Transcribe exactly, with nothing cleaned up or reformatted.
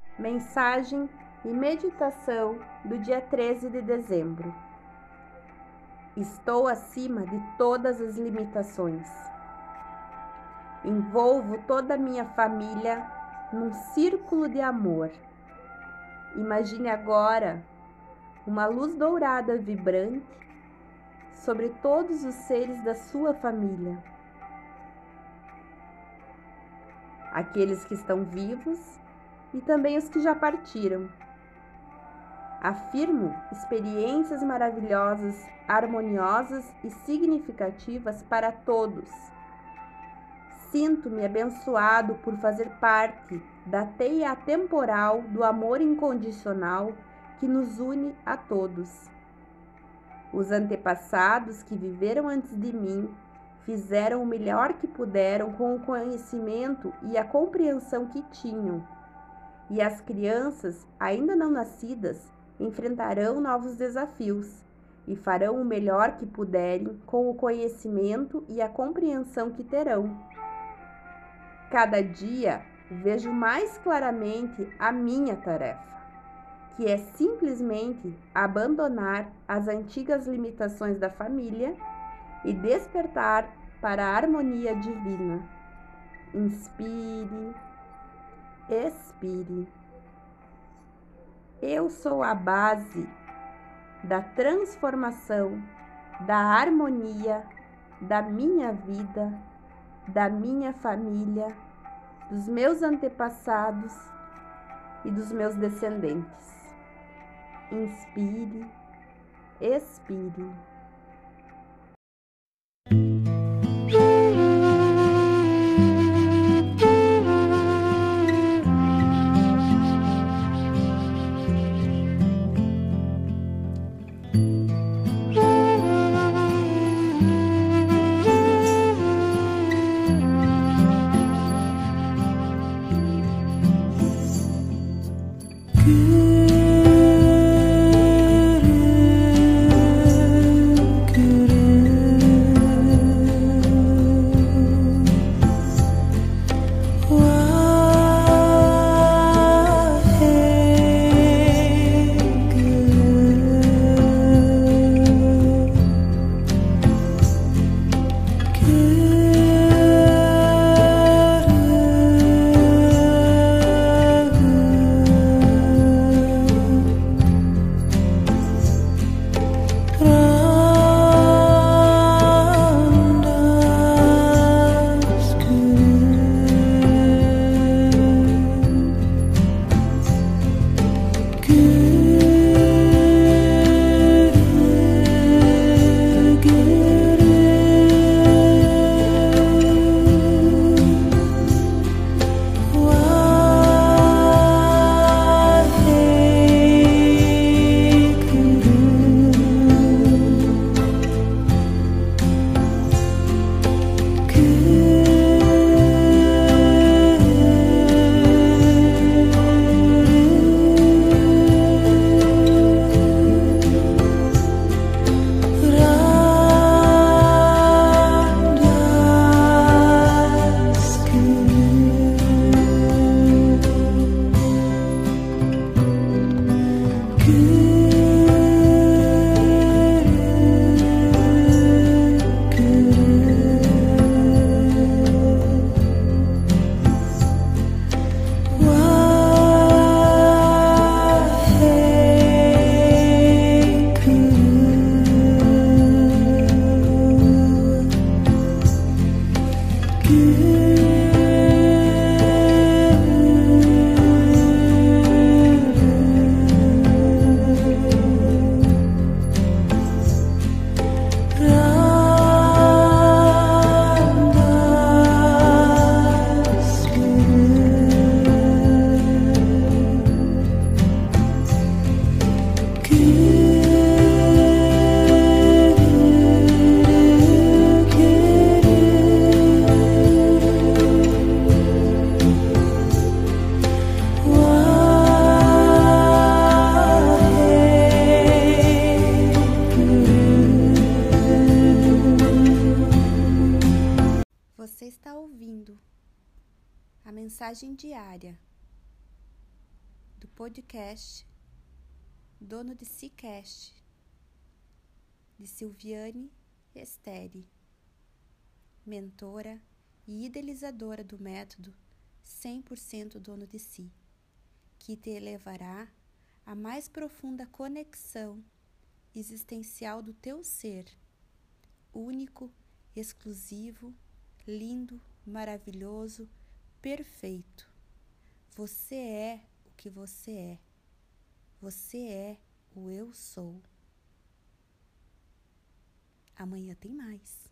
Mensagem e meditação do dia treze de dezembro. Estou acima de todas as limitações. Envolvo toda a minha família num círculo de amor. Imagine agora uma luz dourada vibrante sobre todos os seres da sua família. Aqueles que estão vivos e também os que já partiram. Afirmo experiências maravilhosas, harmoniosas e significativas para todos. Sinto-me abençoado por fazer parte da teia atemporal do amor incondicional que nos une a todos. Os antepassados que viveram antes de mim fizeram o melhor que puderam com o conhecimento e a compreensão que tinham. E as crianças, ainda não nascidas, enfrentarão novos desafios e farão o melhor que puderem com o conhecimento e a compreensão que terão. Cada dia vejo mais claramente a minha tarefa, que é simplesmente abandonar as antigas limitações da família e despertar para a harmonia divina. Inspire, expire. Eu sou a base da transformação, da harmonia, da minha vida, da minha família, dos meus antepassados e dos meus descendentes. Inspire, expire. Você está ouvindo a mensagem diária podcast Dono de Si Cast, de Silviane Esteri, mentora e idealizadora do método cem por cento Dono de Si, que te elevará à mais profunda conexão existencial do teu ser, único, exclusivo, lindo, maravilhoso, perfeito. Você é o que você é. Você é o eu sou. Amanhã tem mais.